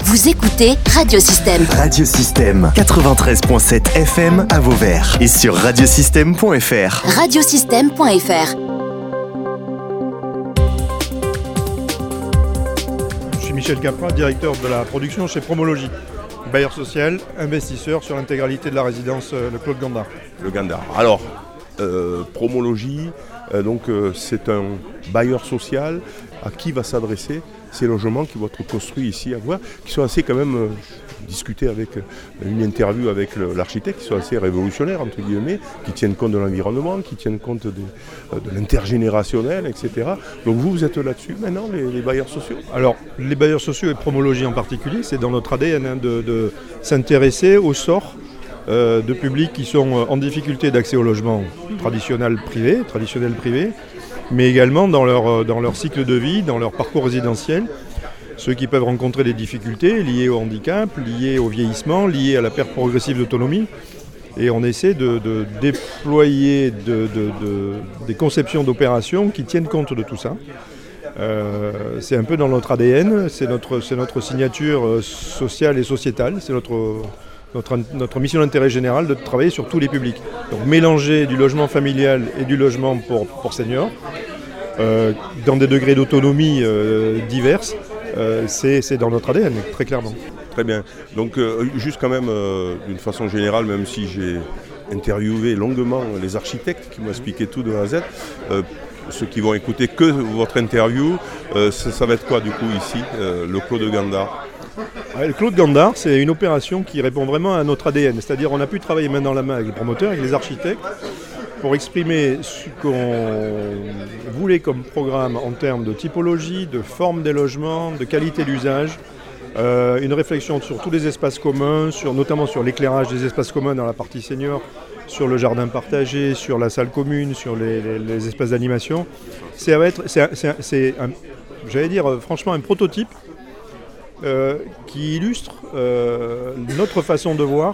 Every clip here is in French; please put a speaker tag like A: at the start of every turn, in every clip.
A: Vous écoutez Radio Système.
B: Radio Système, 93.7 FM à Vauvert et sur radiosystème.fr.
A: Radiosystème.fr.
C: Je suis Michel Capra, directeur de la production chez Promologie, bailleur social, investisseur sur l'intégralité de la résidence Le Clos de Gandar.
D: Le Gandar. Alors, Promologie, c'est un bailleur social. À qui va s'adresser ces logements qui vont être construits ici à Vauvert, qui sont assez quand même discutés avec une interview avec l'architecte, qui sont assez révolutionnaires entre guillemets, qui tiennent compte de l'environnement, qui tiennent compte de l'intergénérationnel, etc. Donc vous êtes là-dessus maintenant, les bailleurs sociaux?
C: Alors, les bailleurs sociaux et Promologie en particulier, c'est dans notre ADN de s'intéresser au sort de publics qui sont en difficulté d'accès au logement traditionnel privé, mais également dans leur cycle de vie, dans leur parcours résidentiel, ceux qui peuvent rencontrer des difficultés liées au handicap, liées au vieillissement, liées à la perte progressive d'autonomie. Et on essaie de déployer des conceptions d'opérations qui tiennent compte de tout ça. C'est un peu dans notre ADN, c'est notre signature sociale et sociétale, c'est notre mission d'intérêt général de travailler sur tous les publics. Donc mélanger du logement familial et du logement pour seniors, dans des degrés d'autonomie diverses, c'est dans notre ADN, très clairement.
D: Très bien. Donc juste quand même, d'une façon générale, même si j'ai interviewé longuement les architectes qui m'ont expliqué tout de A à Z, ceux qui vont écouter que votre interview, ça va être quoi du coup ici, le Clos de Gandar?
C: Le Clos de Gandar, c'est une opération qui répond vraiment à notre ADN. C'est-à-dire on a pu travailler main dans la main avec les promoteurs, avec les architectes, pour exprimer ce qu'on voulait comme programme en termes de typologie, de forme des logements, de qualité d'usage. Une réflexion sur tous les espaces communs, notamment sur l'éclairage des espaces communs dans la partie senior, sur le jardin partagé, sur la salle commune, sur les espaces d'animation. C'est franchement un prototype qui illustre notre façon de voir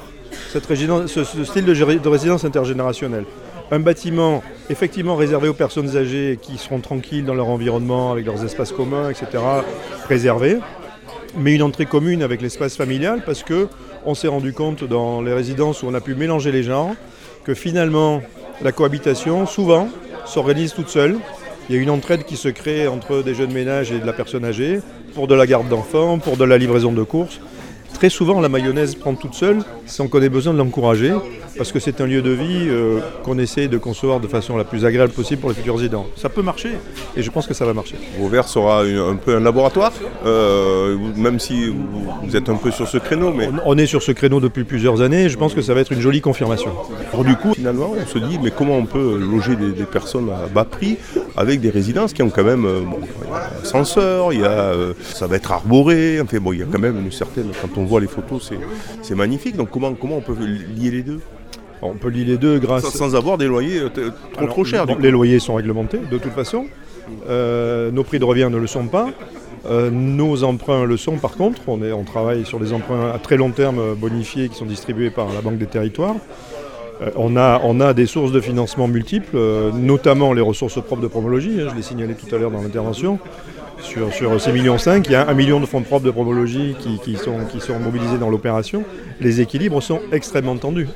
C: ce style de résidence intergénérationnelle. Un bâtiment effectivement réservé aux personnes âgées qui seront tranquilles dans leur environnement, avec leurs espaces communs, etc., préservés, mais une entrée commune avec l'espace familial, parce qu'on s'est rendu compte dans les résidences où on a pu mélanger les genres, que finalement la cohabitation, souvent, s'organise toute seule. Il y a une entraide qui se crée entre des jeunes ménages et de la personne âgée, pour de la garde d'enfants, pour de la livraison de courses. Très souvent, la mayonnaise prend toute seule, sans qu'on ait besoin de l'encourager, parce que c'est un lieu de vie qu'on essaie de concevoir de façon la plus agréable possible pour les futurs résidents. Ça peut marcher, et je pense que ça va marcher.
D: Vauvert sera un peu un laboratoire, même si vous êtes un peu sur ce créneau. Mais...
C: On est sur ce créneau depuis plusieurs années, je pense que ça va être une jolie confirmation.
D: Alors du coup, finalement, on se dit, mais comment on peut loger des personnes à bas prix avec des résidences qui ont quand même il y a un ascenseur, ça va être arboré, enfin il y a quand même une certaine... Quand on voit les photos, c'est magnifique. Donc comment on peut lier les deux?
C: On peut lier les deux
D: sans avoir des loyers trop chers.
C: Les loyers sont réglementés de toute façon. Nos prix de revient ne le sont pas. Nos emprunts le sont par contre. On travaille sur des emprunts à très long terme bonifiés qui sont distribués par la Banque des Territoires. On a des sources de financement multiples, notamment les ressources propres de Promologie. Je l'ai signalé tout à l'heure dans l'intervention. Sur ces 1,5 million, il y a 1 million de fonds propres de Promologie qui sont mobilisés dans l'opération. Les équilibres sont extrêmement tendus.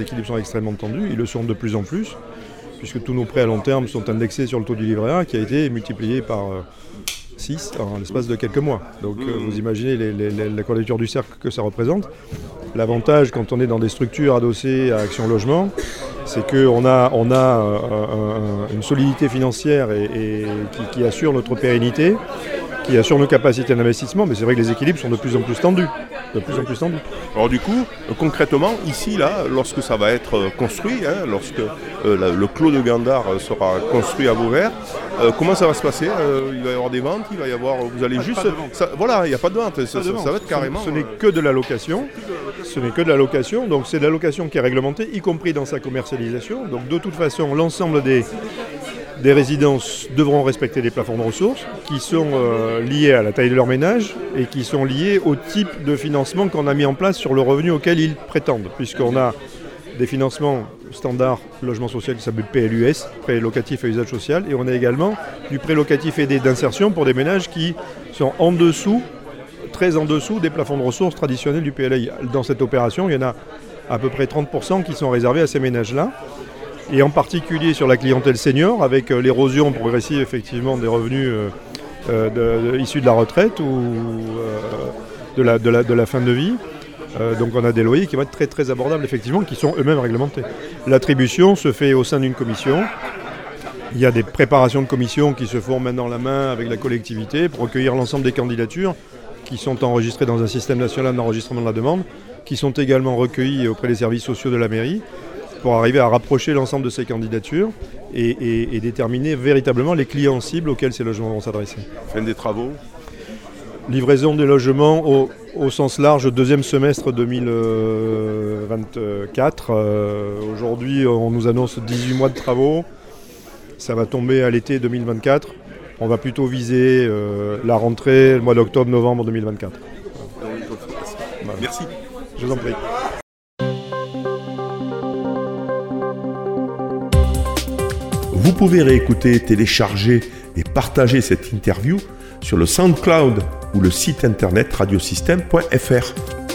C: Ils le sont de plus en plus, puisque tous nos prêts à long terme sont indexés sur le taux du livret A qui a été multiplié par 6 en l'espace de quelques mois. Donc vous imaginez la quadrature du cercle que ça représente. L'avantage quand on est dans des structures adossées à Action Logement, c'est qu'on a une solidité financière et qui assure notre pérennité, qui assure nos capacités d'investissement, mais c'est vrai que les équilibres sont de plus en plus tendus.
D: Alors du coup, concrètement, ici, là, lorsque ça va être construit, lorsque le Clos de Gandar sera construit à Vauvert, comment ça va se passer? Il va y avoir des ventes, vous allez juste... Voilà, il n'y a pas de vente, ça va être carrément...
C: Ce n'est que de la location. Donc c'est de la location qui est réglementée, y compris dans sa commercialisation. Donc de toute façon, l'ensemble des résidences devront respecter des plafonds de ressources qui sont liés à la taille de leur ménage et qui sont liés au type de financement qu'on a mis en place sur le revenu auquel ils prétendent, puisqu'on a des financements standards logement social qui s'appelle PLUS, prêt locatif à usage social, et on a également du prêt locatif aidé d'insertion pour des ménages qui sont en dessous très en dessous des plafonds de ressources traditionnels du PLAI. Dans cette opération, il y en a à peu près 30% qui sont réservés à ces ménages-là. Et en particulier sur la clientèle senior, avec l'érosion progressive effectivement des revenus issus de la retraite ou de la fin de vie. Donc on a des loyers qui vont être très très abordables effectivement, qui sont eux-mêmes réglementés. L'attribution se fait au sein d'une commission. Il y a des préparations de commission qui se font main dans la main avec la collectivité pour recueillir l'ensemble des candidatures qui sont enregistrées dans un système national d'enregistrement de la demande, qui sont également recueillies auprès des services sociaux de la mairie, pour arriver à rapprocher l'ensemble de ces candidatures et déterminer véritablement les clients cibles auxquels ces logements vont s'adresser.
D: Fin des travaux.
C: Livraison des logements au sens large, deuxième semestre 2024. Aujourd'hui, on nous annonce 18 mois de travaux. Ça va tomber à l'été 2024. On va plutôt viser la rentrée, le mois d'octobre-novembre 2024.
D: Voilà. Merci.
C: Je vous en prie.
D: Vous pouvez réécouter, télécharger et partager cette interview sur le SoundCloud ou le site internet radiosystème.fr.